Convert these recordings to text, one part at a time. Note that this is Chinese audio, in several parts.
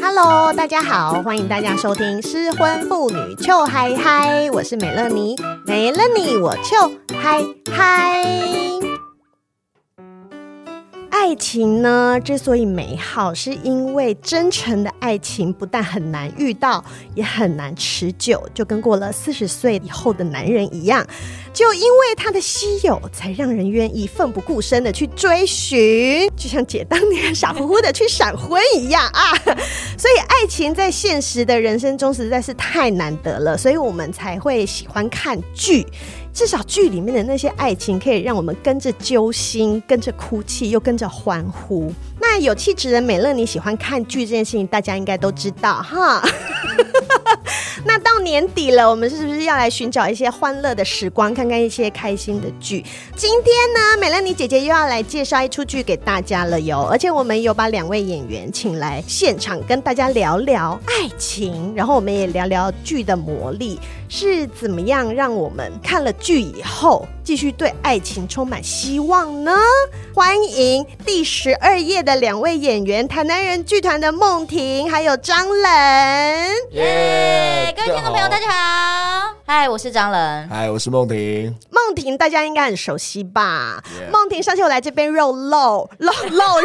Hello， 大家好，欢迎大家收听失婚妇女糗嗨嗨，我是美乐妮，没了你我糗嗨嗨。爱情呢，之所以美好，是因为真诚的爱情不但很难遇到，也很难持久，就跟过了40岁以后的男人一样。就因为它的稀有，才让人愿意奋不顾身的去追寻，就像姐当年傻乎乎的去闪婚一样啊！所以爱情在现实的人生中实在是太难得了，所以我们才会喜欢看剧。至少剧里面的那些爱情可以让我们跟着揪心，跟着哭泣，又跟着欢呼。那有气质的美乐妮喜欢看剧这件事情，大家应该都知道哈。那到年底了，我们是不是要来寻找一些欢乐的时光，看看一些开心的剧？今天呢，美乐妮姐姐又要来介绍一出剧给大家了哟，而且我们有把2位演员请来现场跟大家聊聊爱情，然后我们也聊聊剧的魔力是怎么样让我们看了剧以后继续对爱情充满希望呢？欢迎第12页的2位演员，台南人剧团的梦婷还有张冷。 耶！各位听众朋友大家好，嗨，我是张冷。 嗨，我是梦婷。 梦婷大家应该很熟悉吧？梦婷上次我来这边肉，我讲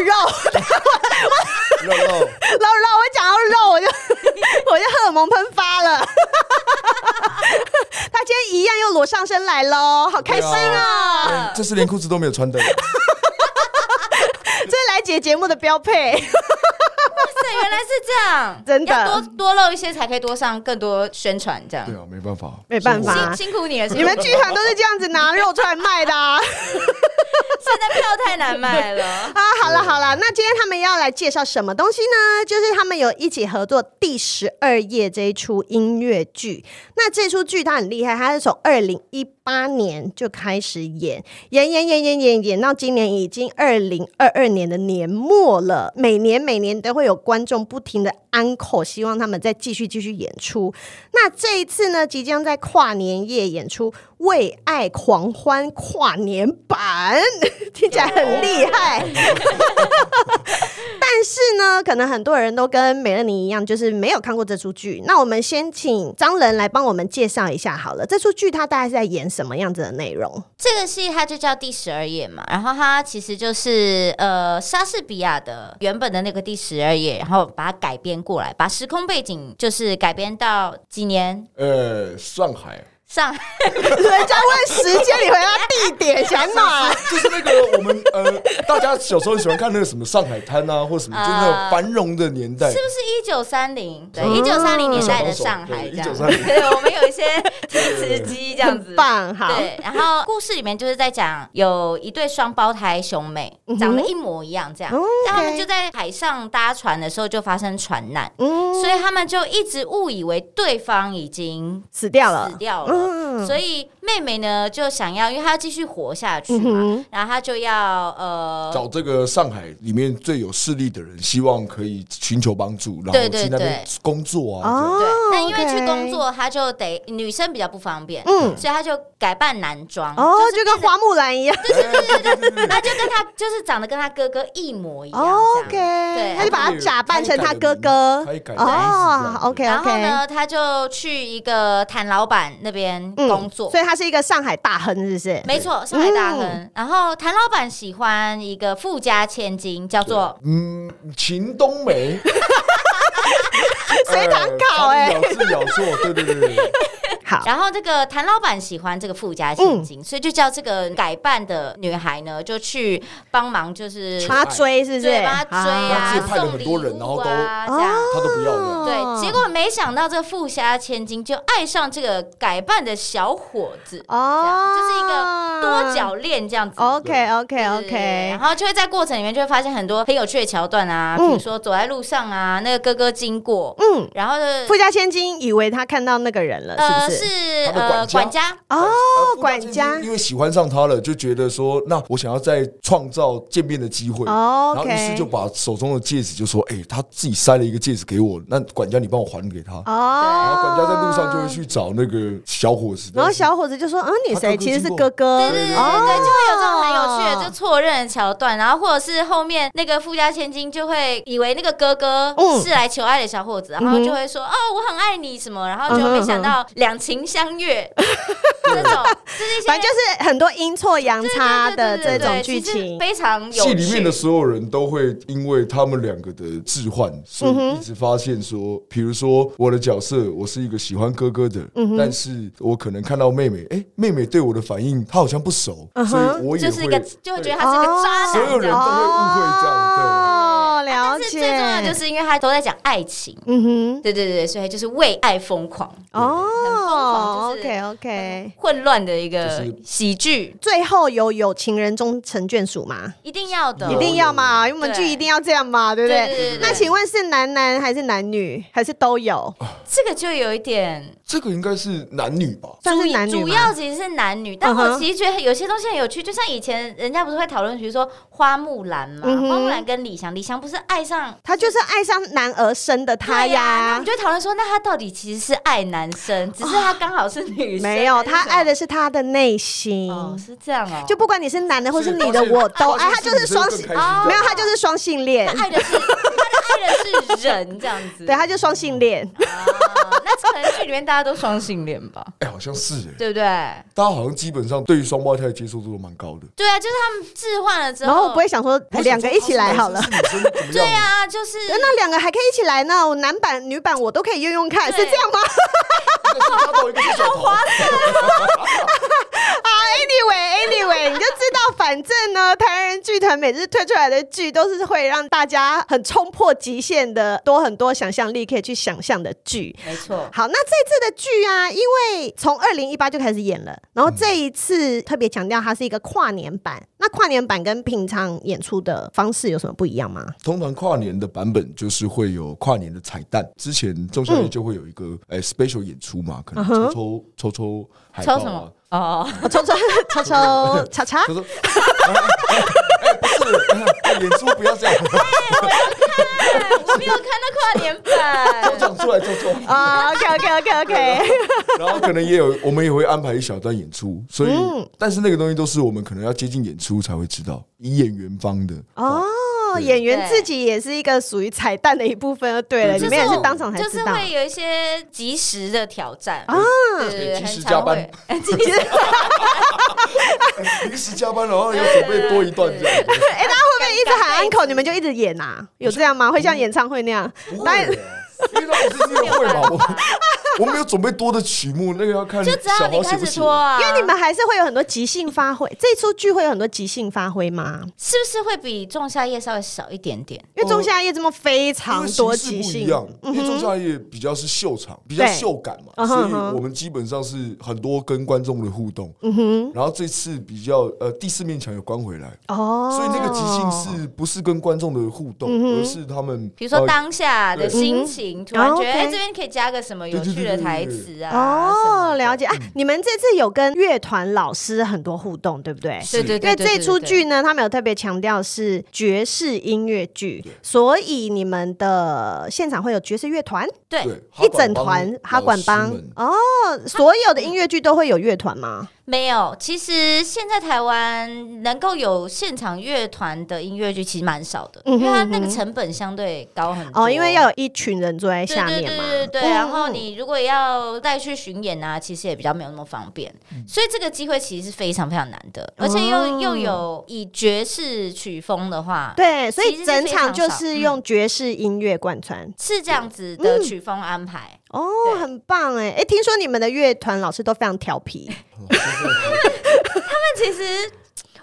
到肉我就荷尔蒙喷发了。他今天一样又裸上身来咯，好开心啊！ 这是连裤子都没有穿的。 这是来节目的标配。 哇塞，原来是这样， 真的要多露一些才可以多上更多宣传，这样。 对啊，没办法， 辛苦你了。 你们剧团都是这样子拿肉出来卖的啊。 现在票太难卖了啊！ 好了，那今天他们要来介绍什么东西呢？就是他们有一起合作第12页这一出音乐剧。那这出剧它很厉害，它是从2018年就开始演到今年已经2022年的年末了。每年都会有观众不停的encore，希望他们再继续演出。那这一次呢，即将在跨年夜演出《为爱狂欢》跨年版，听起来很厉害。但是呢，可能很多人都跟美乐妮一样，就是没有看过这出剧。那我们先请张冷来帮我们介绍一下好了，这出剧它大概是在演什么样子的内容？ 这个戏它就叫第12页嘛，然后它其实就是莎士比亚的原本的那个第12页，然后把它改编过来，把时空背景就是改编到几年？ 上海。 人家问时间，你回答地点，想哪？ 就是那个我们大家小时候喜欢看那个什么上海滩啊，或什么，就是那个繁荣的年代， 是不是1930？对，1930年代的上海这样。对，我们有一些提词机这样子， 很棒。好， 对。然后故事里面就是在讲有一对双胞胎兄妹，长得一模一样这样，但他们就在海上搭船的时候就发生船难，所以他们就一直误以为对方已经死掉了。 所以妹妹呢就想要，因为她要继续活下去嘛，然后她就要找这个上海里面最有势力的人，希望可以寻求帮助，然后去那边工作啊。 对，那因为去工作，她就得女生比较不方便，所以她就改扮男装， 就跟花木兰一样。 对，她就跟她就是长得跟她哥哥一模一样。 OK， 对，她就把他假扮成他哥哥。OK， 然后呢，她就去一个谭老板那边工作， 所以他是一个上海大亨，是不是？ 没错，上海大亨。然后谭老板喜欢一个富家千金，叫做秦冬梅。 随堂考咬错，对。 好， 然后这个谭老板喜欢这个富家千金，所以就叫这个改扮的女孩呢，就去帮忙，就是帮他追，是不是？ 帮他追啊，送礼物啊，这样他都不要的。 对，结果没想到这个富家千金就爱上这个改扮的小伙子，这样就是一个多角恋这样子。 OK， 然后就会在过程里面就会发现很多很有趣的桥段啊，比如说走在路上啊，那个哥哥经过，然后富家千金以为他看到那个人了，是不是？ 是管家管家， 因为喜欢上他了，就觉得说，那我想要再创造见面的机会，然后于是就把手中的戒指就说，他自己塞了一个戒指给我，那管家你帮我还给他。然后管家在路上就会去找那个小伙子， 然后小伙子就说，你谁？其实是哥哥。 对，就会有这种很有趣的就错认的桥段，然后或者是后面那个富家千金就会以为那个哥哥是来求爱的小伙子，然后就会说我很爱你什么，然后就没想到两情相悦，这种反正就是很多阴错阳差的这种剧情， 非常有趣。 戏里面的所有人都会因为他们两个的置换，所以一直发现说，比如说我的角色，我是一个喜欢哥哥的，但是我可能看到妹妹，妹妹对我的反应，她好像不熟，所以我也会就会觉得他是个渣男， 所有人都会误会这样，对。 了解。 但是最重要的就是因为他都在讲爱情，对，所以就是为爱疯狂，很疯狂，就是 OK 混乱的一个喜剧。 最后有情人终成眷属吗？ 一定要的， 一定要嘛，因为我们剧一定要这样嘛，对不对？那请问是男还是男女，还是都有？ 这个就有一点， 这个应该是男女吧？ 算是男女吗？ 主要其实是男女，但我其实觉得有些东西很有趣，就像以前人家不是会讨论，比如说花木兰嘛，花木兰跟李翔不是爱上他，就是爱上男儿生的他呀。 那我们就会讨论说，那他到底其实是爱男生，只是他刚好是女生， 没有，他爱的是他的内心。 是这样哦。 就不管你是男的或是女的，我都爱。他就是双性，没有，他就是双性恋。 他爱的是人这样子。 对，他就双性恋。 那可能剧里面大家都双性恋吧？ 好像是对不对？ 大家好像基本上对于双胞胎的接受度都蛮高的。 对啊，就是他们置换了之后， 然后不会想说两个一起来好了。 对啊，就是那两个还可以一起来呢，男版女版我都可以用用看，是这样吗？ 好划算 Anyway， 你就知道，反正呢，台湾人剧团每次推出来的剧都是会让大家很冲破极限的，多很多想象力可以去想象的剧。 没错。 好，那这次的剧啊，因为从2018就开始演了，然后这一次特别强调它是一个跨年版。那跨年版跟平常演出的方式有什么不一样吗？ 通常跨年的版本就是会有跨年的彩蛋，之前仲夏夜就会有一个special 演出嘛，可能抽海报啊。 抽什么？ 抽查查。 不是，演出不要这样。 我没有看到跨年版。 都讲出来， OK。 然后可能我们也会安排一小段演出，所以，但是那个东西都是我们可能要接近演出才会知道，以演员方的。 演员自己也是一个属于彩蛋的一部分，对了，你们也是当场才知道， 就是会有一些即时的挑战对，即时加班，临时加班，然后要准备多一段这样。 大家会不会一直喊安可，你们就一直演啊？有这样吗？会像演唱会那样？ 因为它不是音乐会嘛，我没有准备多的曲目，那个要看就只要你开始拖啊。 因为你们还是会有很多即兴发挥，这一出剧会有很多即兴发挥吗？ 是不是会比仲夏夜稍微少一点点？ 因为仲夏夜这么非常多即兴， 不一样。因为仲夏夜比较是秀场，比较秀感嘛，所以我们基本上是很多跟观众的互动。然后这次比较第四面墙有关回来，所以那个即兴是不是跟观众的互动，而是他们比如说当下的心情，突然觉得这边可以加个什么有趣的台词啊。 了解。你们这次有跟乐团老师很多互动，对不对？ 对。 因为这出剧呢，他们有特别强调是爵士音乐剧，所以你们的现场会有爵士乐团， 对， 一整团哈管帮。所有的音乐剧都会有乐团吗？ 没有，其实现在台湾能够有现场乐团的音乐剧其实蛮少的，因为它那个成本相对高很多。 因为要有一群人坐在下面嘛。 对。然后你如果要带去巡演啊，其实也比较没有那么方便，所以这个机会其实是非常非常难的，而且又有以爵士曲风的话， 对，所以整场就是用爵士音乐贯穿， 是这样子的曲风安排。 很棒哎！听说你们的乐团老师都非常调皮。 他们其实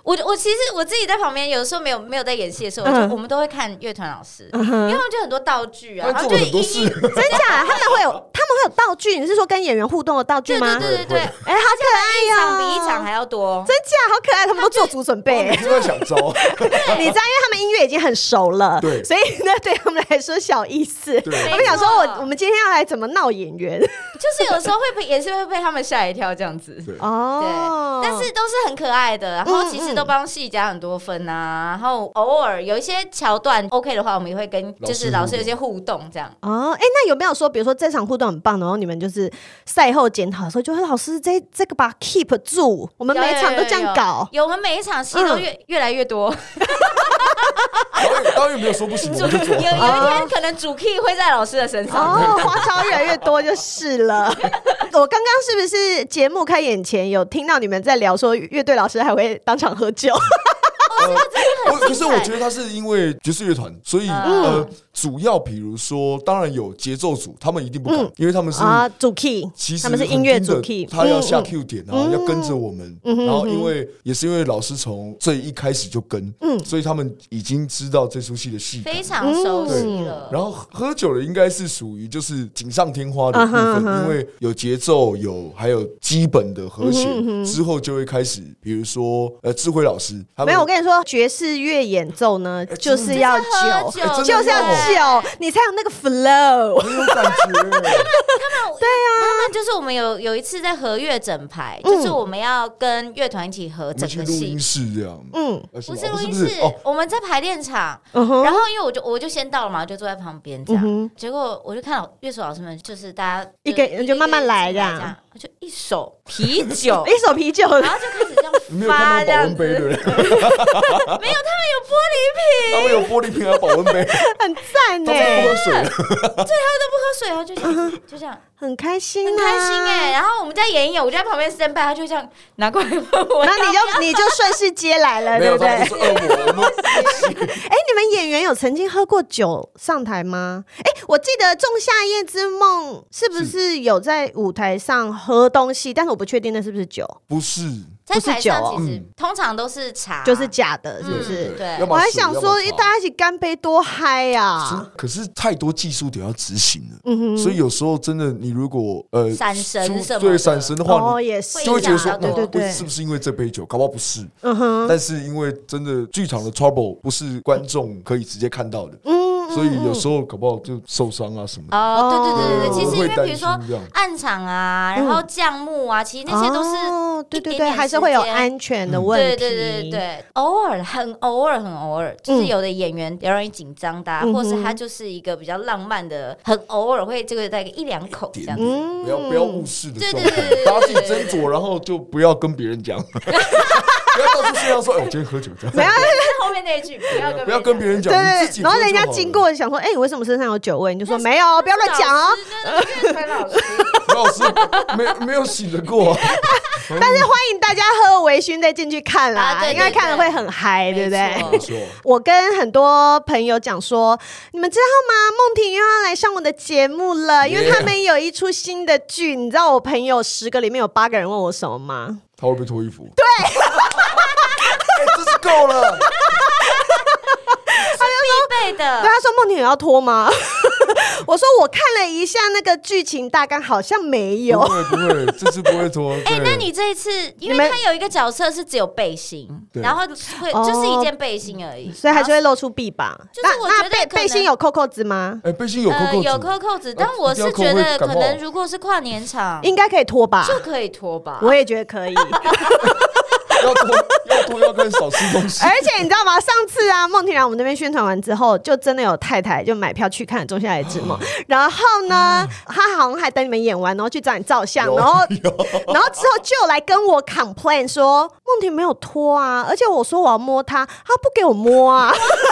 我其实我自己在旁边，有的时候没有在演戏的时候，我们都会看乐团老师，因为他们就很多道具啊，然后就很多事，真假？他们会有道具？你是说跟演员互动的道具吗？ 对， 好可爱一场比一场还要多， 真假？好可爱，他们都做足准备， 你就在想招， 你知道，因为他们音乐已经很熟了， 对， 所以呢，对他们来说小意思。我们想说，我们今天要来怎么闹演员？ 就是有时候也是会被他们吓一跳这样子，对，但是都是很可爱的，然后其实都帮戏加很多分啊，然后偶尔有一些桥段 OK 的话，我们也会跟就是老师有一些互动这样。 那有没有说，比如说这场互动很棒，然后你们就是赛后检讨的时候，就说老师这个把它 keep 住，我们每一场都这样搞， 有我们每一场戏都越来越多。 导演没有说不行，我们就做。 有一天可能主 key 会在老师的身上， 花招越来越多就是了。我刚刚是不是节目开演前有听到你们在聊说乐队老师还会当场喝酒？ 可是我觉得他是因为爵士乐团，所以主要比如说，当然有节奏组，他们一定不敢，因为他们是主 key， 其实他们是音乐主 key， 他要下 Q 点，然后要跟着我们，然后也是因为老师从最一开始就跟，所以他们已经知道这出戏的戏非常熟悉了。 然后喝酒的应该是属于就是锦上添花的部分，因为有节奏，还有基本的和弦，之后就会开始，比如说智慧老师， 没有，我跟你说，爵士乐演奏呢，就是要酒，就是要酒，你才有那个 flow， 很有感觉。 对啊，他们就是我们有一次在合乐整排，就是我们要跟乐团一起合整个戏， 录音室这样， 不是录音室，我们在排练场，然后因为我就先到了嘛，就坐在旁边这样，结果我就看到乐手老师们就是大家一个人就慢慢来这样， 就一手啤酒， 一手啤酒， 然后就开始这样发这样子， 没有， 他们有玻璃瓶， 他们有玻璃瓶和保温杯， 很赞哎，不喝水， 对，他们都不喝水，然后就这样。 很开心， 很开心哎！然后我们在演一演，我就在旁边 stand by， 他就这样拿过来问我， 然后你就顺势接来了，对不对？ 没有，他不是恶魔。 你们演员有曾经喝过酒上台吗？我记得《仲夏夜之梦》是不是有在舞台上喝东西？但是我不确定那是不是酒， 不是。 在台上其实通常都是茶， 就是假的，是不是？ 对。 我还想说，大家一起干杯多嗨呀！ 可是太多技术点要执行了，所以有时候真的，你如果闪神什么对闪神的话， 也是就会觉得说， 对， 是不是因为这杯酒？搞不好不是，但是因为真的剧场的 trouble 不是观众可以直接看到的，所以有时候搞不好就受伤啊什么的。 对，其实因为比如说暗场啊，然后降幕啊，其实那些都是对，还是会有安全的问题。 对，很偶尔，就是有的演员比较容易紧张的，或是他就是一个比较浪漫的，很偶尔会这个带个一两口这样子， 不要误事的状态，大家自己斟酌，然后就不要跟别人讲。不要到处炫耀说，我今天喝酒这样。 没有，后面那一句不要跟别人讲。 对，然后人家经过想说，你为什么身上有酒味？你就说没有，不要乱讲哦。 老师没有醒得过。 但是欢迎大家喝微醺再进去看啦，应该看了会很嗨，对不对？我跟很多朋友讲说，你们知道吗？梦婷又要来上我的节目了，因为他们有一出新的剧。你知道我朋友10个里面有8个人问我什么吗？ 他会不会脱衣服？ 对， 这是够了。 他就说必备的， 对，他说梦婷有要脱吗？我说我看了一下那个剧情大纲，好像没有。 不会，这次不会脱。 那你这一次，因为他有一个角色是只有背心，然后会就是一件背心而已， 所以还是会露出臂膀。 就是我觉得背心有扣扣子吗？ 背心有扣扣子， 有扣扣子，但我是觉得可能如果是跨年场， 应该可以脱吧， 就可以脱吧。 我也觉得可以。 要跟少吃东西。 而且你知道吗？上次啊，梦婷来我们那边宣传完之后，就真的有太太就买票去看《仲夏夜之梦》，然后呢，她好像还等你们演完，然后去找你照相，然后之后就来跟我 complain 说梦婷没有脱啊，而且我说我要摸她，她不给我摸啊。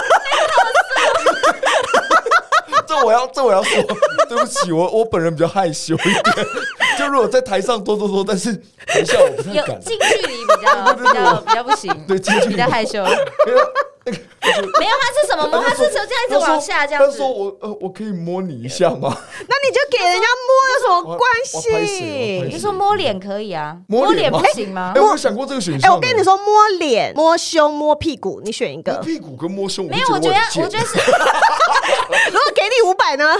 这我要说，对不起，我本人比较害羞一点。就如果在台上多，但是台下我不太敢。 近距离比较不行， 对，近距离比较害羞。 没有，他是什么摸？他是手这样一直往下这样子。 他说我可以摸你一下吗？ 那你就给人家摸有什么关系？ 你说摸脸可以啊，摸脸不行吗？ 我有想过这个选项。 我跟你说，摸脸、摸胸、摸屁股，你选一个。 摸屁股跟摸胸， 没有，我觉得是。如果给你500呢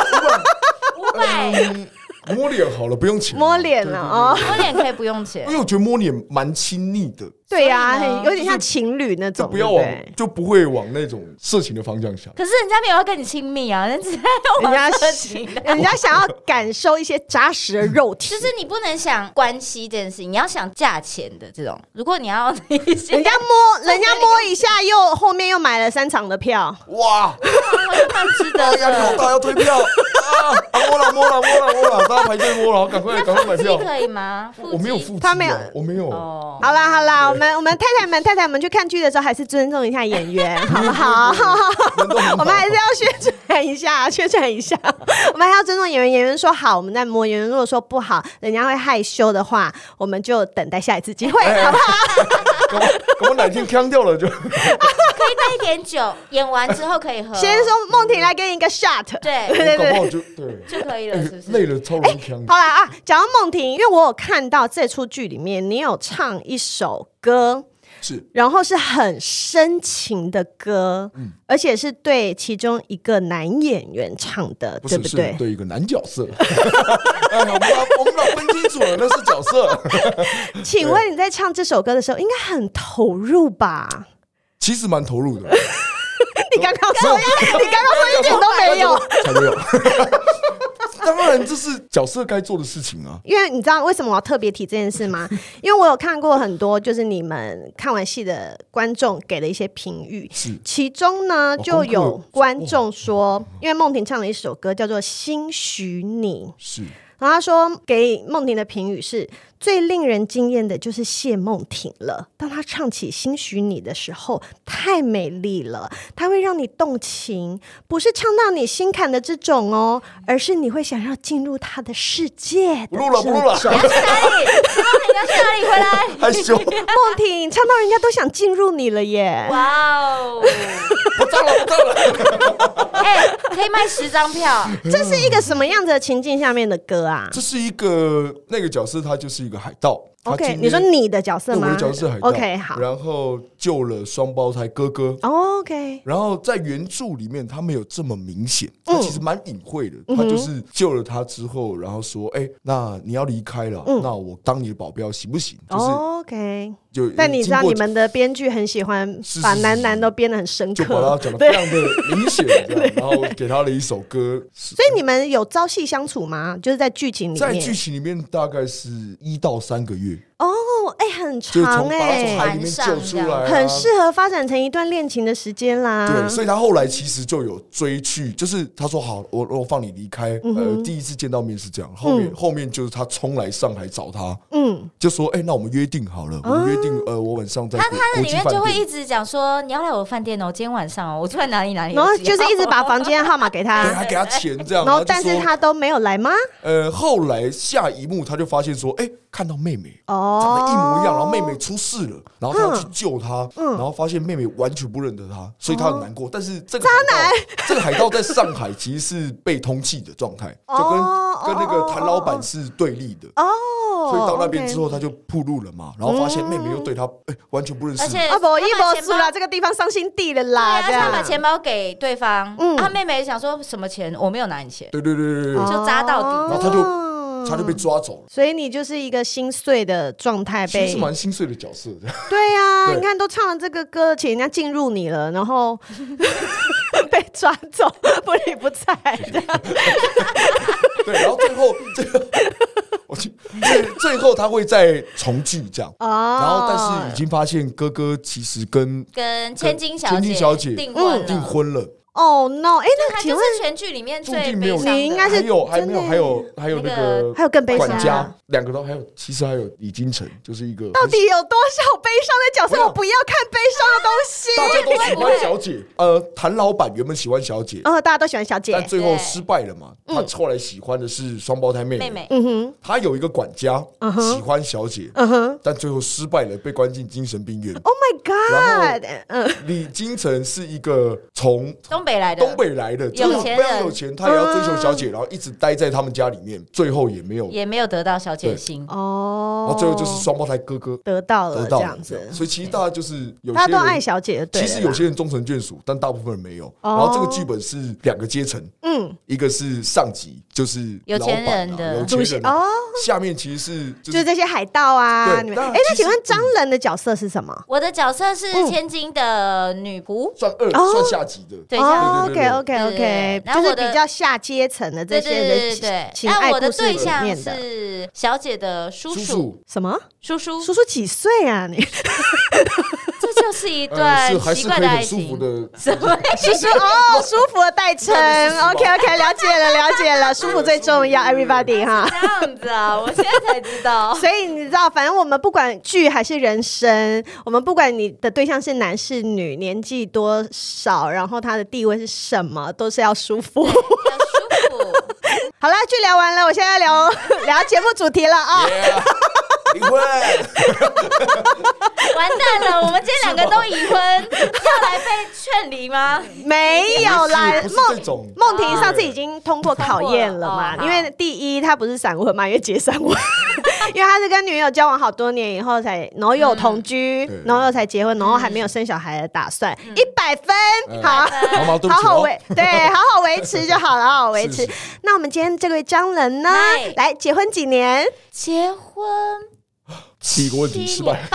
？500。 摸脸好了，不用钱。 摸脸了啊， 摸脸可以不用钱， 因为我觉得摸脸蛮亲密的。 对呀，有点像情侣那种， 就不会往那种色情的方向想。 可是人家没有要跟你亲密啊，人家想要感受一些扎实的肉体。 就是你不能想关系这件事情，你要想价钱的这种。如果你要人家摸一下，又后面又买了3场的票， 哇， 蛮值得的。 压力好大，要退票啊！摸了，大家排队摸了，赶快买票。 可以吗？ 我没有腹肌， 他没有， 我没有。 好啦。我们太太们去看剧的时候，还是尊重一下演员，好不好？我们还是要宣传一下。我们还要尊重演员。演员说好，我们再摸。演员如果说不好，人家会害羞的话，我们就等待下一次机会，好不好？ 我哪天呛掉了就可以带一点酒，演完之后可以喝。 先说梦婷来给你一个 shot， 对，就可以了，是不是？ 累了超容易呛。 好啦啊，讲到梦婷，因为我有看到这出剧里面，你有唱一首歌。 是，然后是很深情的歌，而且是对其中一个男演员唱的，对不对？ 对一个男角色。我们老分清楚了，那是角色。 请问你在唱这首歌的时候，应该很投入吧？ 其实蛮投入的。 你刚刚说一点都没有， 才没有。当然这是角色该做的事情啊。 因为你知道为什么我要特别提这件事吗？因为我有看过很多就是你们看完戏的观众给的一些评语，其中呢就有观众说，因为梦婷唱了一首歌叫做《兴许你》， 是， 然后他说给梦婷的评语是最令人惊艳的就是谢梦婷了，当她唱起兴许你的时候太美丽了，她会让你动情，不是唱到你心坎的这种哦，而是你会想要进入她的世界的这种。 不录了你要去哪里？你要去哪里？回来害羞。 梦婷唱到人家都想进入你了耶。 哇哦， 不照了可以卖10张票。 这是一个什么样子的情境下面的歌啊？ 这是一个那个角色他就是一个海盗。 OK， 你说你的角色吗？ 我的角色是海盗。 OK， 好。 然后救了双胞胎哥哥。 OK。 然后在原著里面，他没有这么明显，他其实蛮隐晦的。他就是救了他之后，然后说：“那你要离开了，那我当你的保镖行不行？”就是 OK。但你知道你们的编剧很喜欢把男都编得很深刻， 就把他讲得非常的明显，然后给他了一首歌。 所以你们有朝夕相处吗？就是在剧情里面， 在剧情里面大概是1到3个月。 很长把他从海里面救出来， 很适合发展成一段恋情的时间啦。 对，所以他后来其实就有追去，就是他说好，我放你离开。第一次见到面是这样，后面就是他冲来上海找他，就说那我们约定好了，我们约定我晚上在他的里面就会一直讲说你要来我饭店哦，今天晚上哦，我住在哪里，然后就是一直把房间号码给他， 对，还给他钱这样。 然后但是他都没有来吗？ 后来下一幕他就发现说，看到妹妹长得一模一样，然后妹妹出事了，然后他要去救她，然后发现妹妹完全不认得他，所以他很难过。但是这个海盗在上海其实是被通缉的状态，就跟那个谭老板是对立的。所以到那边之后他就暴露了嘛，然后发现妹妹又对他完全不认识， 而且不输了，这个地方伤心地了啦。 对啊，他把钱包给对方，他妹妹想说什么钱？我没有拿你钱。 对， 就扎到底， 然后他就被抓走了。 所以你就是一个心碎的状态， 其实是蛮心碎的角色的。 对啊，你看都唱了这个歌，请人家进入你了，然后被抓走，不理不睬。 对，然后最后他会再重聚这样，然后但是已经发现哥哥其实跟千金小姐订婚了。 Oh no！ 那请问是全剧里面最悲伤的， 你应该是还有那个还有更悲伤管家，2个都还有，其实还有李金城，就是一个到底有多少悲伤的角色？我不要看悲伤的东西。 大家都喜欢小姐，谭老板原本喜欢小姐， 大家都喜欢小姐， 但最后失败了嘛。他后来喜欢的是双胞胎妹妹。他有一个管家喜欢小姐，但最后失败了，被关进精神病院。 Oh my god！ 然后李金城是一个从东北来的有钱人，非常有钱，他也要追求小姐，然后一直待在他们家里面，最后也没有得到小姐的心。然后最后就是双胞胎哥哥得到了这样子。 所以其实大家就是有些人大家都爱小姐的，对。 其实有些人终成眷属，但大部分人没有。然后这个剧本是2个阶层，一个是上级，就是有钱人的有钱人下面其实是就是这些海盗啊。那请问张仁的角色是什么？ 我的角色是千金的女仆， 算下级的。 对 ，OK， 就是比较下阶层的这些人的情爱故事里面的。我的对象是小姐的叔叔。 什么？叔叔几岁啊？你这就是一段奇怪的爱情。 什么？叔叔舒服的代称。OK， 了解了，舒服最重要 ，everybody 哈。 这样子啊，我现在才知道。 所以你知道，反正我们不管剧还是人生，我们不管你的对象是男是女，年纪多少，然后他的地位是什么，都是要舒服。 要舒服。 好了，剧聊完了，我现在要聊节目主题了啊。 离婚， 完蛋了！我们今天2个都已婚，要来被劝离吗？ 没有啦，梦婷上次已经通过考验了嘛。因为第一，他不是闪婚嘛，因为结闪婚，因为他是跟女友交往好多年以后才，然后又有同居，然后又才结婚，然后还没有生小孩的打算，100分，好好维持就好了，好好维持。那我们今天这位张仁呢，来结婚几年？ 结婚 7个问题失败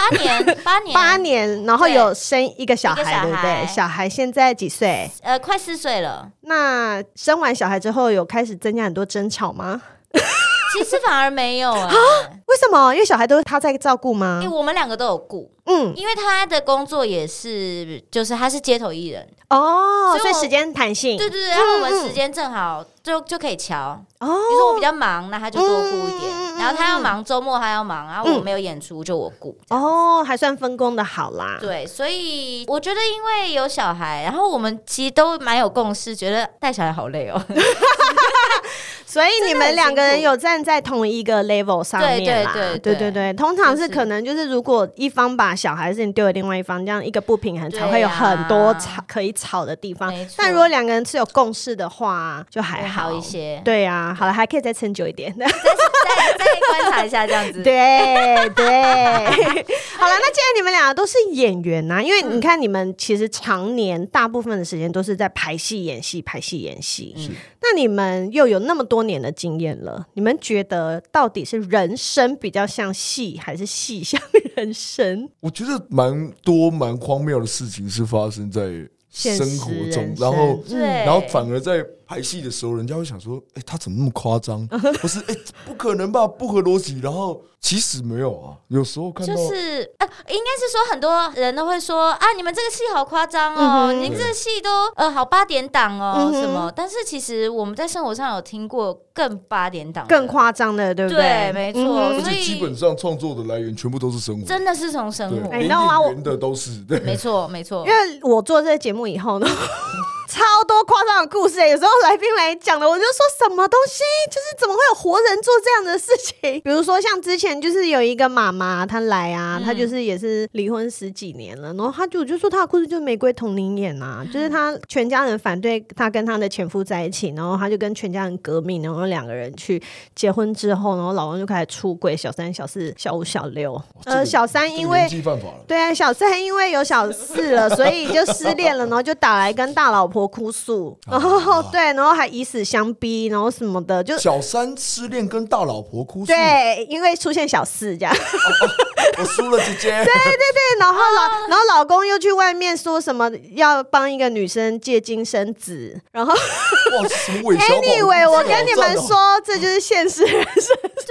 ，8年， 然后有生一个小孩，对不对？小孩现在几岁？ 快4岁了。 那生完小孩之后有开始增加很多争吵吗？ 其实反而没有为什么？因为小孩都是他在照顾吗？ 我们2个都有顾，因为他的工作也是，就是他是街头艺人所以时间弹性。 对，然后我们时间正好就可以调。比如说我比较忙，那他就多顾一点，然后他要忙，周末他要忙，然后我没有演出就我顾。 还算分工的好啦。 对，所以我觉得因为有小孩，然后我们其实都蛮有共识，觉得带小孩好累哦。 所以你们2个人有站在同一个 level 上面啦。对，通常是可能就是如果一方把小孩的事情丢给另外一方，这样一个不平衡才会有很多可以吵的地方。但如果2个人是有共识的话，就还好一些。 对啊，好了，还可以再撑久一点，再观察一下这样子。 对，好了，那既然你们2个都是演员因为你看你们其实常年大部分的时间都是在排戏演戏。那你们又有那么多年的经验了，你们觉得到底是人生比较像戏，还是戏像人生？ 我觉得蛮荒谬的事情是发生在生活中，然后反而在排戏的时候，人家会想说，他怎么那么夸张？不是，不可能吧，不合逻辑。然后其实没有啊，有时候看到就是应该是说很多人都会说你们这个戏好夸张哦，您这个戏都好8点档哦什么。但是其实我们在生活上有听过更8点档、 更夸张的，对不对？ 对，没错。 而且基本上创作的来源全部都是生活， 真的是从生活， 连演员的都是。对， 没错。 因为我做这个节目以后呢。超多夸张的故事有时候来宾来讲的，我就说什么东西，就是怎么会有活人做这样的事情？比如说像之前就是有一个妈妈，她来她就是也是离婚10几年了，然后我就说她的故事就是玫瑰同龄眼就是她全家人反对她跟她的前夫在一起，然后她就跟全家人革命，然后2个人去结婚之后，然后老公就开始出轨，小3、小4、小5、小6。小3因为对啊，小3因为有小4了，所以就失恋了，然后就打来跟大老婆哭诉，然后然后还以死相逼，然后什么的，就小3失恋跟大老婆哭诉， 对，因为出现小4这样。 我输了，姐姐。 对，然后老公又去外面说什么要帮一个女生借精生子，然后哇，什么伪小宝？ Anyway， 我跟你们说，这就是现实人生。 对啊，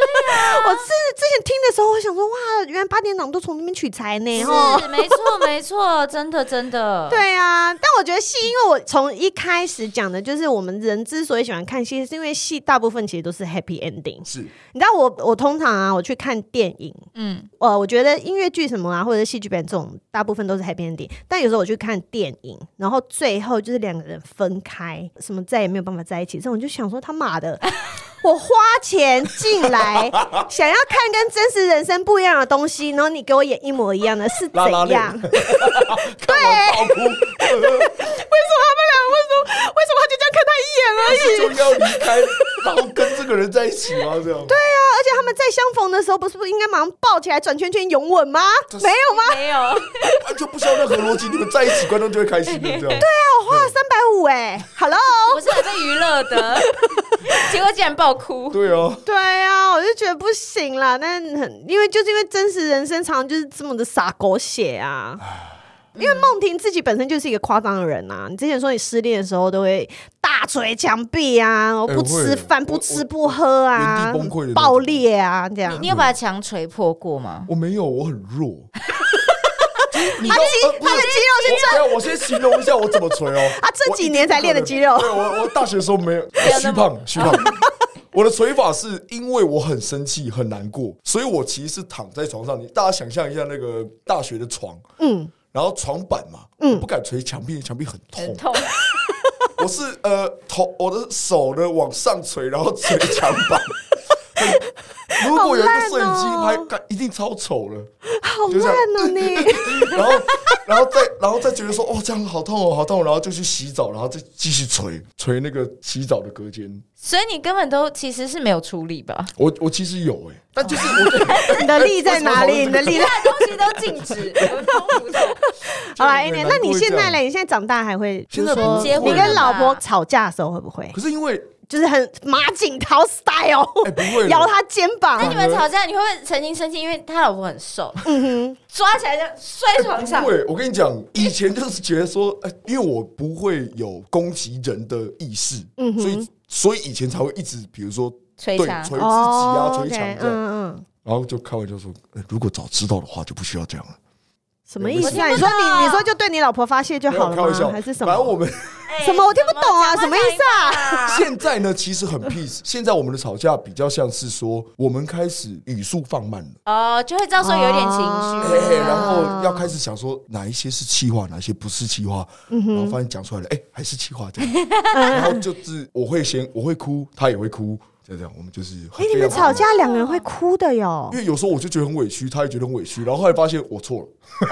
我是之前听的时候，我想说，哇，原来8点档都从那边取材呢。 是，没错，没错，真的，真的。 对啊，但我觉得戏，因为我从一开始讲的就是，我们人之所以喜欢看戏，是因为戏大部分其实都是 happy ending。 是， 你知道我通常啊，我去看电影，我觉得音乐剧什么啊，或者是戏剧本这种，大部分都是 happy ending。但有时候我去看电影，然后最后就是2个人分开，什么再也没有办法在一起，这种我就想说他妈的。我花钱进来，想要看跟真实人生不一样的东西，然后你给我演一模一样的，是怎样？对，为什么他们两个为什么他就这样看他一眼而已？ 就要离开，然后跟这个人在一起吗？这样？ 对啊，而且他们在相逢的时候，不是应该马上抱起来转圈圈拥吻吗？没有吗？ 没有， 完全不需要任何逻辑，你们在一起，观众就会开心的。这样。对啊，我花了350哎 ，Hello， 我是来被娱乐的，结果竟然爆哭。 对啊， 对啊，我就觉得不行啦。但因为真实人生常常就是这么的洒狗血啊。因为梦婷自己本身就是一个夸张的人啊，你之前说你失恋的时候都会大捶墙壁啊，不吃饭、不吃不喝啊， 原地崩溃的爆裂啊，这样。 你有把墙捶破过吗？ 我没有，我很弱。 他的肌肉是这，我先形容一下我怎么捶哦。 他这几年才练的肌肉。 对，我大学的时候没有虚胖。我的捶法是因为我很生气很难过，所以我其实是躺在床上。大家想象一下那个大学的床，然后床板嘛，不敢捶墙壁，墙壁很痛。我是我的手呢往上捶，然后捶墙板。如果有一个摄影机拍，一定超丑了。 好烂哦你！ 然后再觉得说，哦，这样好痛哦，好痛，然后就去洗澡，然后再继续捶那个洗澡的隔间。 所以你根本都其实是没有出力吧？ 我其实有但就是你的力在哪里？你的力， 其他东西都静止。 好啦，那你现在嘞？你现在长大还会？ 现在不结婚，你跟老婆吵架的时候会不会？ 可是因为。 就是很马景涛 style， 不会摇他肩膀。 那你们吵架，你会不会曾经生气？因为他老婆很瘦，抓起来就摔床上。 不会，我跟你讲，以前就是觉得说，因为我不会有攻击人的意识，所以以前才会一直，比如说捶墙、 捶自己啊、捶墙这样。然后就开玩笑说，如果早知道的话，就不需要这样了。 什么意思啊？你说就对你老婆发泄就好了吗？还是什么？ 反正我们什么我听不懂啊？什么意思啊？ 现在呢，其实很 peace。现在我们的吵架比较像是说，我们开始语速放慢了， 就会知道说有点情绪， 然后要开始想说哪一些是气话，哪一些不是气话，然后发现讲出来了，还是气话这样。然后就是我会哭，他也会哭。就这样，我们就是你们吵架2个人会哭的哟。 因为有时候我就觉得很委屈，他也觉得很委屈，然后后来发现我错了。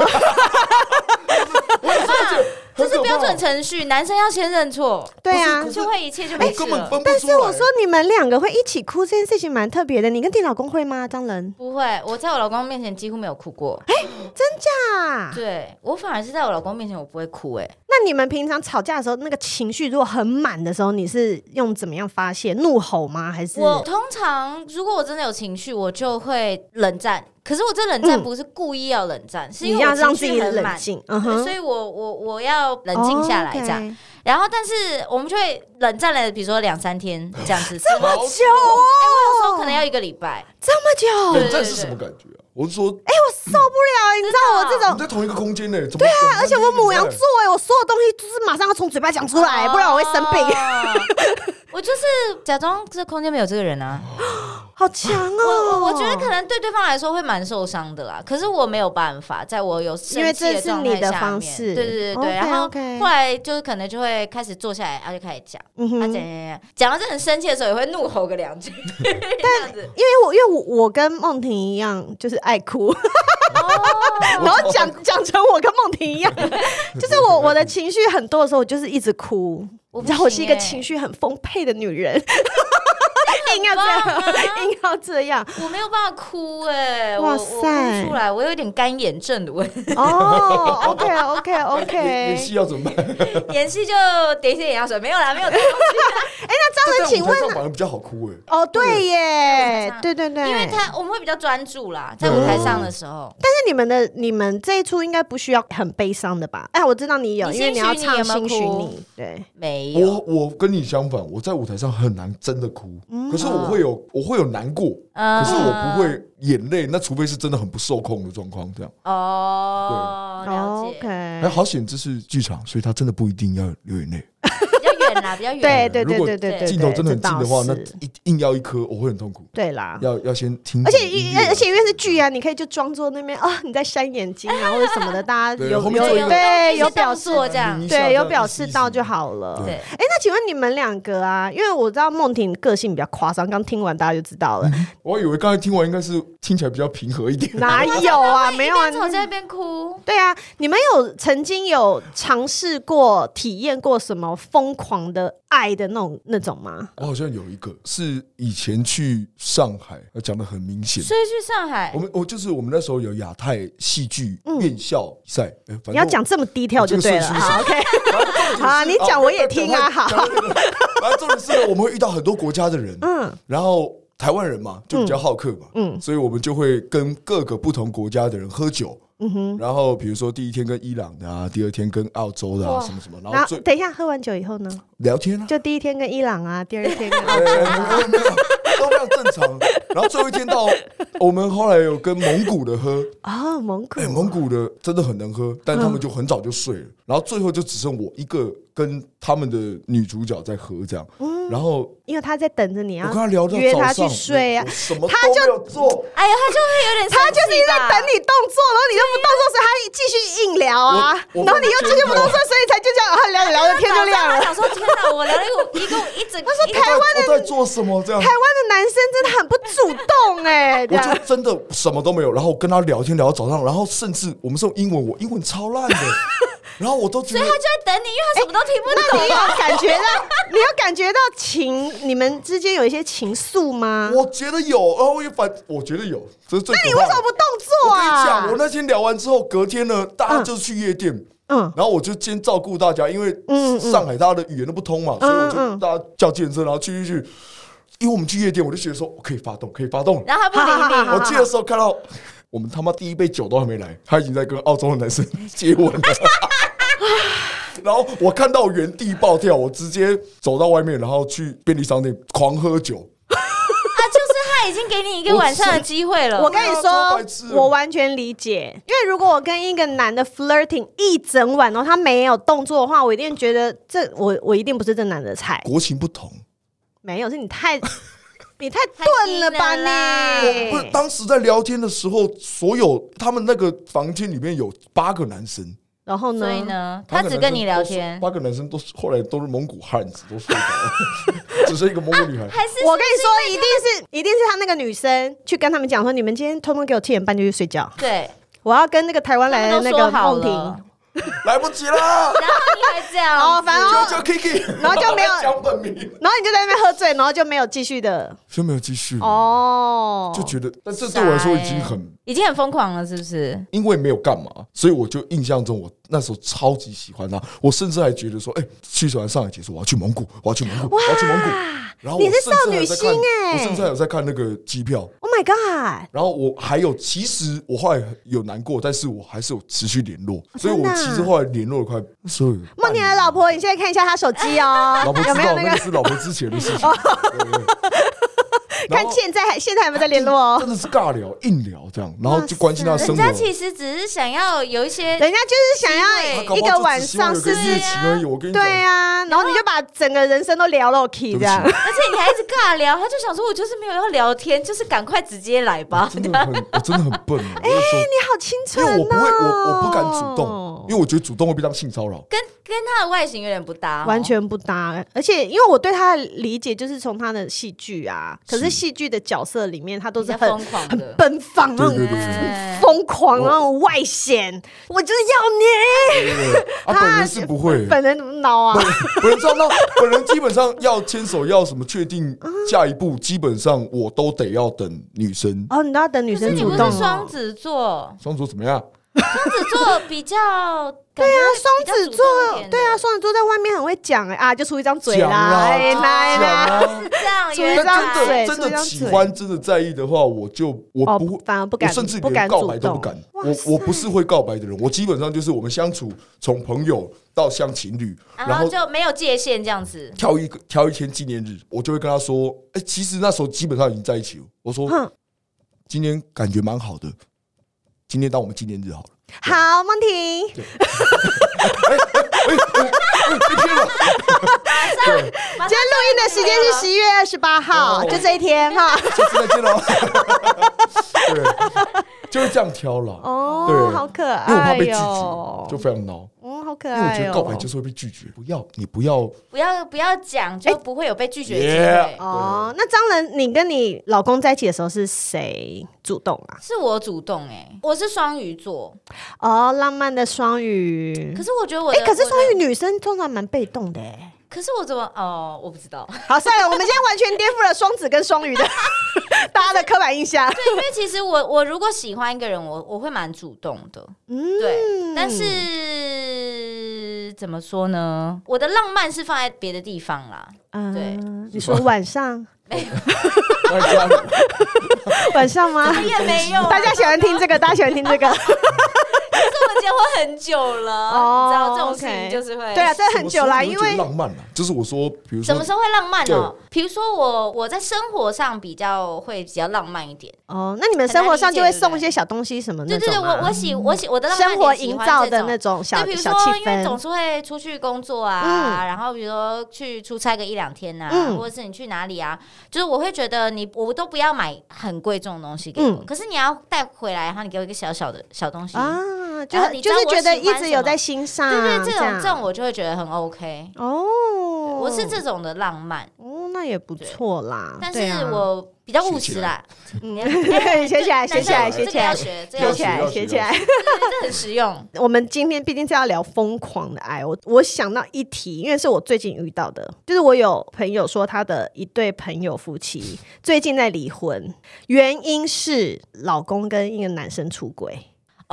这是标准程序，男生要先认错， 对啊， 就会一切就没事了。 但是我说你们2个会一起哭这件事情蛮特别的，你跟你老公会吗？张仁不会，我在我老公面前几乎没有哭过。 真假？ 对，我反而是在我老公面前我不会哭。 那你们平常吵架的时候，那个情绪如果很满的时候，你是用怎么样发泄？怒吼吗？还是我通常如果我真的有情绪，我就会冷战。可是我这冷战不是故意要冷战，是因为我情绪很满，所以我要冷静下来这样。然后，但是我们就会冷战了，比如说2-3天这样子。 这么久哦！ 我有时候可能要1个礼拜。 这么久？ 冷战是什么感觉啊？我是说， 我受不了，你知道我这种， 你在同一个空间呢， 对啊，而且我牡羊座我所有东西就是马上要从嘴巴讲出来，不然我会生病。 我就是假装这空间没有这个人啊， 好强哦！ 我觉得可能对对方来说会蛮受伤的啦，可是我没有办法，在我有生气的状态下面， 因为这是你的方式， 对，然后后来就是可能就会开始坐下来，然后就开始讲，讲到这很生气的时候，也会怒吼个2句， 但因为我跟梦婷一样，就是爱哭。然后讲成我跟梦婷一样，就是我的情绪很多的时候，我就是一直哭。你知道我是一个情绪很丰沛的女人，硬要这样， 我没有办法哭哇塞，我哭出来，我有点干眼症的问题。 OK， 演戏要怎么办？ 演戏就点一些眼药水，没有啦，没有。那张仁，请问反而比较好哭对耶，对， 因为我们会比较专注啦，在舞台上的时候。 但是你们这一出应该不需要很悲伤的吧？我知道你有，因为你要唱《兴许你》，对， 没有。 我跟你相反，我在舞台上很难真的哭，可是是我会有难过，可是我不会眼泪，那除非是真的很不受控的状况这样。 了解。 哎，好险这是剧场，所以他真的不一定要流眼泪。 比较远。 对， 如果镜头真的很近的话，那硬要一颗，我会很痛苦。 对啦， 要先听。 而且因为是剧啊，你可以就装作那边你在扇眼睛啊或者什么的，大家有表示这样， 对，有表示到就好了。对，哎，那请问你们两个啊，因为我知道梦婷个性比较夸张，刚听完大家就知道了。 我以为刚才听完应该是听起来比较平和一点。 哪有啊？没有啊， 我在那边哭。 对啊，你们曾经有尝试过、体验过什么疯狂的爱的那种吗？ 我好像有一个是以前去上海，讲得很明显。 所以去上海， 我们那时候有亚太戏剧院校赛。 你要讲这么detail就对了。好 ，OK， 好，你讲我也听啊。好， 然后重点是呢，我们会遇到很多国家的人，然后台湾人嘛就比较好客嘛，所以我们就会跟各个不同国家的人喝酒。然后比如说第一天跟伊朗的啊，第二天跟澳洲的啊，什么什么，然后等一下喝完酒以后呢， 聊天啊， 就第一天跟伊朗啊，第二天跟澳洲没有都非常正常。然后最后一天到我们后来有跟蒙古的喝蒙古的真的很能喝，但他们就很早就睡了，然后最后就只剩我一个跟他们的女主角在喝这样。然后因为他在等着你啊， 我跟他聊到约他去睡啊， 什么都没有做。 哎呀，他就会有点， 他就是一直在等你动作，然后你就不动作，所以他继续硬聊啊，然后你又继续不动作，所以才就这样聊着天就亮了。 他想说天哪，我聊了一整， 他说台湾的我在做什么这样？ 台湾的男生真的很不主动哎， 我就真的什么都没有，然后跟他聊天聊到早上，然后甚至我们是用英文，我英文超烂的。然后我都觉得， 所以他就在等你，因为他什么都听不懂。 那你有感觉到你们之间有一些情愫吗？ 我觉得有，然后我觉得有，这是最可怕的。 那你为什么不动作啊？ 我跟你讲，我那天聊完之后，隔天呢，大家就去夜店。然后我就先照顾大家，因为上海大家的语言都不通嘛，所以我就大家叫计程车，然后去。因为我们去夜店，我就觉得说我可以发动。 然后他不理你。 我去的时候看到我们他妈第一杯酒都还没来，他已经在跟澳洲的男生接吻了。然后我看到原地爆跳，我直接走到外面，然后去便利商店狂喝酒。 就是他已经给你一个晚上的机会了。 我跟你说，我完全理解，因为如果我跟一个男的 flirting 一整晚，然后他没有动作的话，我一定觉得我一定不是这男的菜。 国情不同， 没有，是你太钝了吧你？ 不是，当时在聊天的时候，所有他们那个房间里面有8个男生。 然后呢？ 所以呢，他只跟你聊天。 8个男生后来都是蒙古汉子，都睡着了，只剩一个蒙古女孩。 我跟你说，一定是他那个女生去跟他们讲说，你们今天通通给我7点半就去睡觉。 对， 我要跟那个台湾来的那个梦婷。 来不及了， 然后你还这样， 反正就 Kiki， 然后就没有讲本名， 然后你就在那边喝醉，然后就没有继续的， 就没有继续就觉得，但这对我来说已经很疯狂了，是不是？ 因为没有干嘛，所以我就印象中我那时候超级喜欢他，我甚至还觉得说，去完上海结束，我要去蒙古。然后你是少女心我甚至还有在看那个机票。 Oh my god！ 然后我还有，其实我后来有难过，但是我还是有持续联络，所以我其实后来联络了快10个。 梦婷的老婆，你现在看一下她手机哦， 老婆知道有没有那个是老婆之前的事情。 看现在还有没有在联络哦？ 真的是尬聊、硬聊这样，然后就关心他的生活。 人家其实只是想要有一些， 人家就是想要一个晚上， 是不是？我跟你讲， 对啊，然后你就把整个人生都聊到 key 这样， 而且你还一直尬聊，他就想说，我就是没有要聊天，就是赶快直接来吧。 我真的很笨。 你好清纯哦！ 因为我不敢主动，因为我觉得主动会被当性骚扰， 跟他的外形有点不搭， 完全不搭。而且因为我对他的理解就是从他的戏剧啊，可是戏剧的角色里面，他都是很奔放、很疯狂、那种外显。我就是要你。 本人是不会， 本人怎么孬啊？ 本人基本上要牵手，要什么确定下一步，基本上我都得要等女生。 哦，你都要等女生主动。 你不是双子座？ 双子座怎么样？ 双子座比较对啊，双子座对啊，双子座在外面很会讲就出一张嘴啦， 是这样， 长， 出一张嘴， 真的喜欢，真的在意的话，我不会， 反而不敢， 我甚至连告白都不敢。我不是会告白的人，我基本上就是我们相处从朋友到像情侣， 然后就没有界限这样子。 挑一天纪念日，我就会跟他说，其实那时候基本上已经在一起了。我说，今天感觉蛮好的，今天当我们纪念日好了。 好，梦婷。 一天了。 今天录音的时间是11月28号，就这一天哈。 下次再见喽。对，就是这样挑了。 哦， 对， 好可爱， 因为我怕被拒绝，就非常恼。 好可爱。 因为我觉得告白就是会被拒绝，你不要讲，就不会有被拒绝的机会。 哦，那张仁，你跟你老公在一起的时候是谁主动啊？ 是我主动我是双鱼座。 哦，浪漫的双鱼。 可是我觉得可是双鱼女生通常蛮被动的可是我怎么我不知道。 好，算了，我们今天完全颠覆了双子跟双鱼的大家的刻板印象。 对，因为其实我如果喜欢一个人，我会蛮主动的。对，但是怎么说呢？我的浪漫是放在别的地方啦。对， 你说晚上？晚上吗？ 也没有。 大家喜欢听这个，可是我们结婚很久了，你知道这种事情就是会。 对啊，这很久啦，因为浪漫啊，就是我说，比如说什么时候会浪漫呢？比如说我在生活上比较浪漫一点。 那你们生活上就会送一些小东西什么那种？ 对，我的浪漫生活营造的那种小气氛。 因为总是会出去工作啊，然后比如说去出差个1-2天啊，或者是你去哪里啊，就是我会觉得我都不要买很贵重的东西给我，可是你要带回来，然后你给我一个小小的小东西啊， 就是觉得一直有在心上。 对，这种我就会觉得很 OK 哦。我是这种的浪漫哦，那也不错啦。 但是我比较务实啦。 学起来， 这个要学， 学起来， 这很实用。 我们今天毕竟是要聊疯狂的爱，我想到一题，因为是我最近遇到的，就是我有朋友说他的一对朋友夫妻最近在离婚，原因是老公跟一个男生出轨。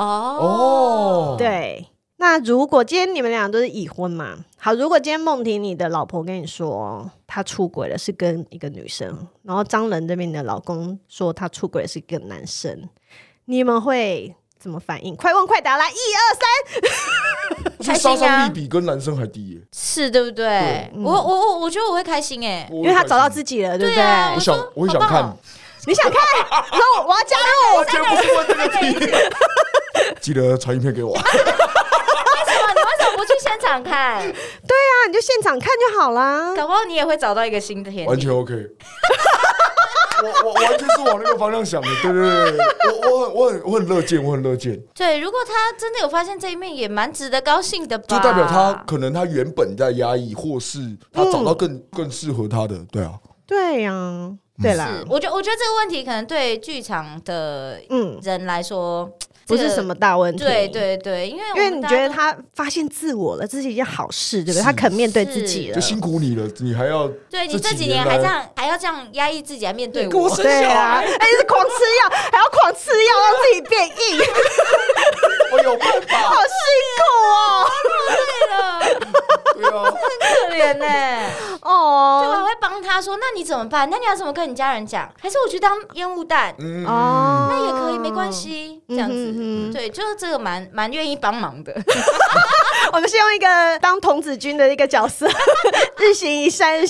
对。那如果今天你们俩都是已婚嘛，好，如果今天梦婷你的老婆跟你说她出轨了是跟一个女生，然后张仁这边的老公说他出轨是一个男生，你们会怎么反应？快问快答，来，1、2、3。 这杀伤力比跟男生还低耶， 是对不对？我觉得我会开心因为他找到自己了，对不对？ 我会想看。 你想看？然后我要加入。 我今天不是问这个题，记得传影片给我。 为什么不去现场看？对啊，你就现场看就好啦。 搞不好你也会找到一个新的天地。 完全 OK。我完全是往那个方向想的，对，我很乐见， 对，如果他真的有发现这一面，也蛮值得高兴的吧？ 就代表他可能他原本在压抑，或是他找到更适合他的，对啊， 对呀，对啦。 我觉得这个问题可能对剧场的人来说。 不是什么大问题， 对，因为你觉得他发现自我了，这是一件好事，对不对？他肯面对自己了， 就辛苦你了，你还要你这几年还要这样压抑自己来面对我， 对啊，是狂吃药，还要狂吃药让自己变硬， 我有办法， 好辛苦了，对啊，很可怜呢。对，我还会帮他说，那你怎么办？那你要怎么跟你家人讲？还是我去当烟雾弹？那也可以，没关系，这样子。对，就是这个蛮愿意帮忙的。 我们是用一个当童子军的一个角色，日行一善。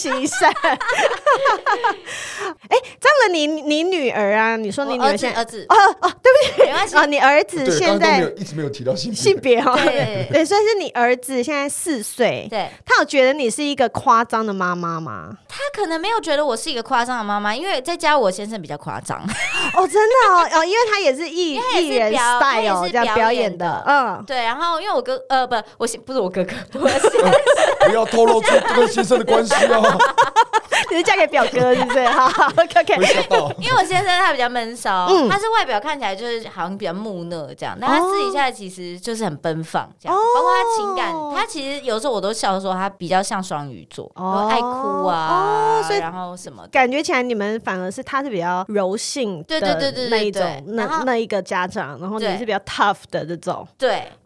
张仁，你女儿啊？你说你女儿现在儿子对不起， 没关系你儿子现在一直没有提到性别对，所以是你儿子现在4岁， 对， 他有觉得你是一个夸张的妈妈吗？ 他可能没有觉得我是一个夸张的妈妈，因为在家我先生比较夸张。 真的因为他也是艺人 style 这样表演的， 对。然后因为我哥不是我哥哥， 不要透露出跟先生的关系啊。 你是嫁给表哥是不是？好 ，OK。 因为我先生他比较闷骚，他是外表看起来就是好像比较木讷这样，但他私底下其实就是很奔放这样，包括他情感，他其实有时候我都笑说他比较像双鱼座，爱哭啊，然后什么， 感觉起来你们反而是他是比较柔性的那一种那一个家长，然后你是比较 tough 的这种， 对。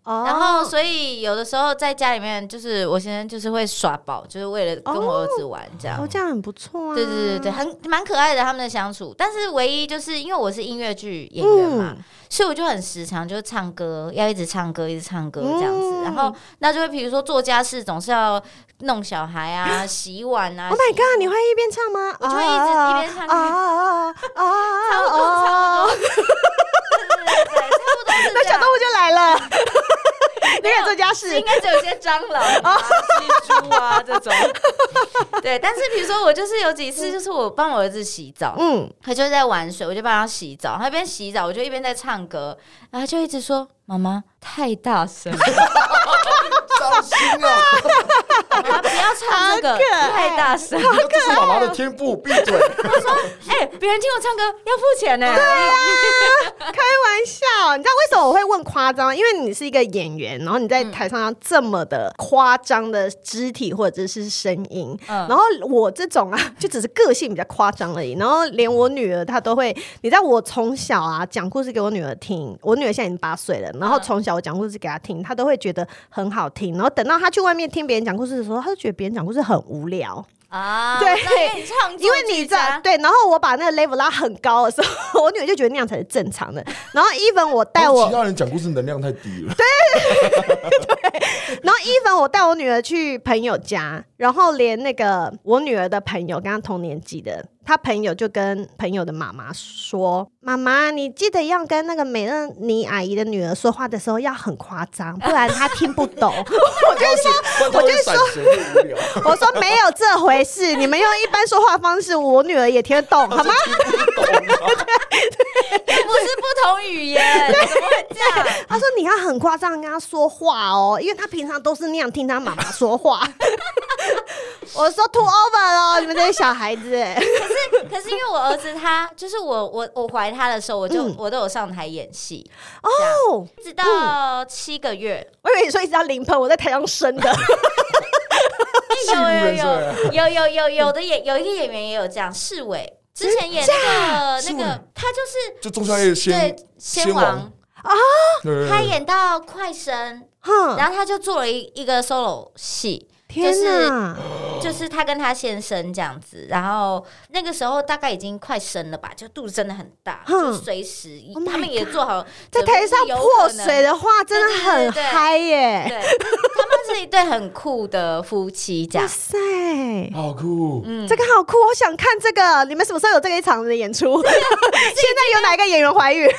然后所以有的时候在家里面，就是我先生就是会耍宝，就是为了跟我儿子玩这样。 这样很不错啊。 对，蛮可爱的他们的相处。但是唯一就是因为我是音乐剧演员嘛，所以我就很时常就是唱歌，要一直唱歌，一直唱歌这样子。然后那就会比如说做家事总是要弄小孩啊、洗碗啊。 Oh my god！ 你会一边唱吗？ 我就会一边唱歌。差不多。对，差不多是这样。 那小动物就来了。你也做家事， 应该只有一些蟑螂啊、蜘蛛啊这种。对，但是比如说我就是有几次，就是我帮我儿子洗澡，他就在玩水，我就帮他洗澡，他一边洗澡，我就一边在唱歌，然后他就一直说：“妈妈太大声了。” 伤心啊！ 妈妈不要唱这个，太大声。 这是妈妈的天赋，闭嘴！ 他说：“别人听我唱歌要付钱呢。” 对啊，开玩笑。你知道为什么我会问夸张？因为你是一个演员，然后你在台上要这么的夸张的肢体或者是声音，然后我这种啊，就只是个性比较夸张而已。然后连我女儿她都会，你知道我从小啊讲故事给我女儿听，我女儿现在已经8岁了，然后从小我讲故事给她听，她都会觉得很好听。然后等到她去外面听别人讲故事的时候，她就觉得别人讲故事很无聊。对，因为你知道，对，然后我把那个 level 拉很高的时候，我女儿就觉得那样才是正常的。然后 even 我带我其他人讲故事能量太低了， 对，然后 even 我带我女儿去朋友家，然后连那个我女儿的朋友跟她同年纪的，她朋友就跟朋友的妈妈说：“妈妈，你记得要跟那个美乐妮阿姨的女儿说话的时候要很夸张，不然她听不懂。”我说没有这回事，你们用一般说话方式，我女儿也听得懂，好吗？ 不是不同语言，怎么会这样？ 他说你要很夸张跟他说话哦，因为他平常都是那样听他妈妈说话。我说 too over 了，你们这些小孩子。 可是因为我儿子他就是我怀他的时候，我都有上台演戏哦，一直到7个月。 我以为你说一直到临盆，我在台上生的。 有一个演员也有这样，世伟之前演那个他就仲夏夜仙王啊，他演到快生，然后他就做了一个 solo 戏。就是他跟他先生这样子，然后那个时候大概已经快生了吧，就肚子真的很大，就随时他们也做好在台上破水的话，真的很嗨耶！ 对，他们是一对很酷的夫妻，这样。哇塞， 好酷！ 这个好酷，我想看这个。你们什么时候有这个一场的演出？现在有哪个演员怀孕？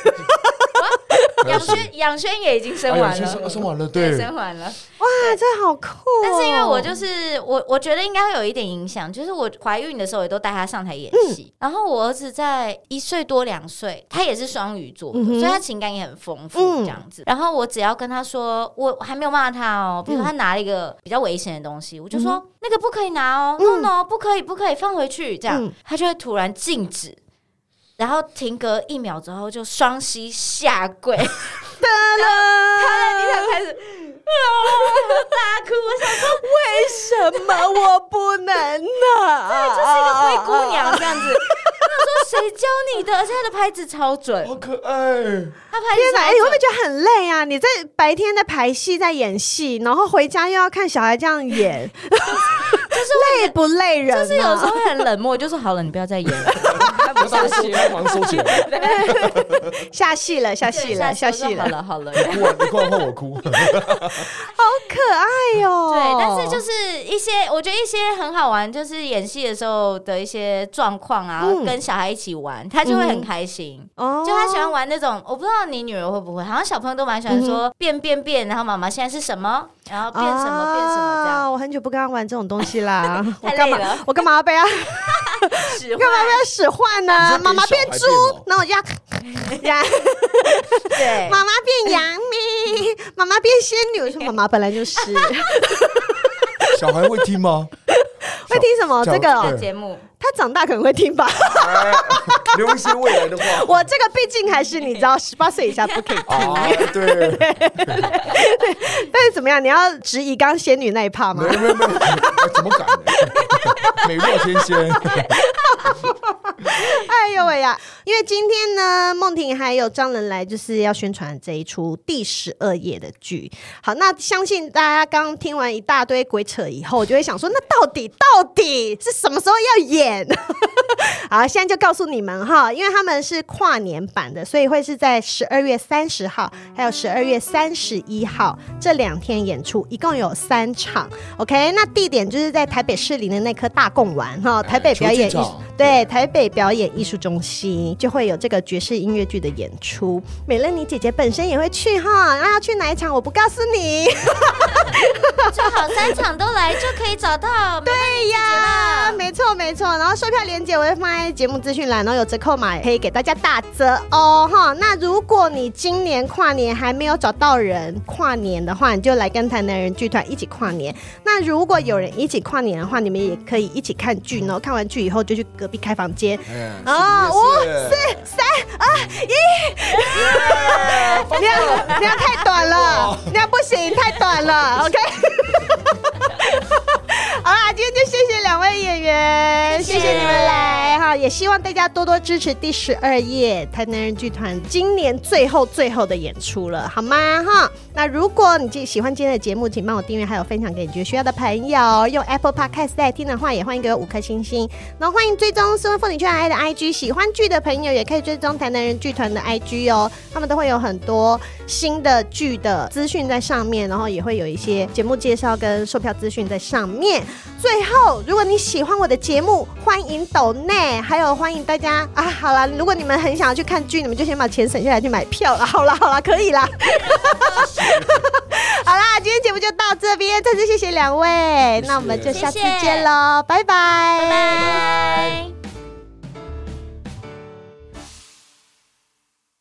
杨轩也已经生完了， 生完了，对， 生完了。 哇，这好酷！ 但是因为我就是我觉得应该会有一点影响，就是我怀孕的时候也都带他上台演戏，然后我儿子在1岁多2岁，他也是双鱼座的，所以他情感也很丰富这样子。然后我只要跟他说，我还没有骂他哦，比如说他拿了一个比较危险的东西，我就说那个不可以拿哦，no 不可以放回去，这样他就会突然静止。然后停隔1秒之后，就双膝下跪，他在地上开始大哭。我想说， 为什么我不能呢？ 对，就是一个灰姑娘这样子。我说谁教你的？而且他的拍子超准， 好可爱。 他拍子超准。 你会不会觉得很累啊？你在白天在排戏，在演戏，然后回家又要看小孩这样演，就是累不累人？ 就是有时候会很冷漠，就说好了，你不要再演了。他不下戏了，马上收起来。 下戏了，下戏了， 好了。 你哭完换我哭， 好可爱哦。 对，但是就是我觉得一些很好玩，就是演戏的时候的一些状况啊，跟小孩一起玩，他就会很开心。就他喜欢玩那种，我不知道你女儿会不会，好像小朋友都蛮喜欢说变，然后妈妈现在是什么，然后变什么这样。 我很久不跟他玩这种东西啦， 太累了， 我干嘛要被他？干嘛被他使唤呢？妈妈变猪，那我就要对，妈妈变杨幂，妈妈变仙女。我说妈妈本来就是。 小孩会听吗？ 会听什么？这个节目， 他长大可能会听吧。 留一些未来的话。 我这个毕竟还是你知道，18岁以下不可以听。 对。 但是怎么样？你要质疑刚仙女那一趴吗？ 没有，怎么敢呢？美若天仙。 哎呦喂呀！因为今天呢，梦婷还有张人来，就是要宣传这一出第12夜的剧。好，那相信大家刚听完一大堆鬼扯以后，就会想说，那到底是什么时候要演？好，现在就告诉你们哈，因为他们是跨年版的，所以会是在12月30号还有12月31号这2天演出，一共有3场。OK， 那地点就是在台北市立的那颗大贡丸哈，台北表演艺术对台北表演艺术中心就会有这个爵士音乐剧的演出。美乐妮姐姐本身也会去哈，那要去哪一场我不告诉你。 最好3场都来就可以找到美乐妮姐姐了。 没错没错，然后售票链接我会放在节目资讯栏，然后有折扣码可以给大家打折哦哈。那如果你今年跨年还没有找到人跨年的话，你就来跟台南人剧团一起跨年。那如果有人一起跨年的话，你们也可以一起看剧，然后看完剧以后就去隔壁开房间。5、4、3、2、1，你要太短了，你要不行，太短了 ，OK 。好啦，今天就谢谢2位演员，谢谢你们来哈，也希望大家多多支持第12夜台南人剧团今年最后的演出了，好吗哈？那如果你喜欢今天的节目，请帮我订阅，还有分享给你觉得需要的朋友。用 Apple Podcast 在听的话，也欢迎给我5颗星星，然后欢迎追踪失婚妇女圈爱的 IG， 喜欢剧的朋友也可以追踪台南人剧团的 IG 哦，他们都会有很多新的剧的资讯在上面，然后也会有一些节目介绍跟售票资讯在上面。最后，如果你喜欢我的节目，欢迎抖内，还有欢迎大家啊！好啦，如果你们很想要去看剧，你们就先把钱省下来去买票了。好啦，可以啦。好啦，今天节目就到这边，再次谢谢2位，那我们就下次见喽，拜拜。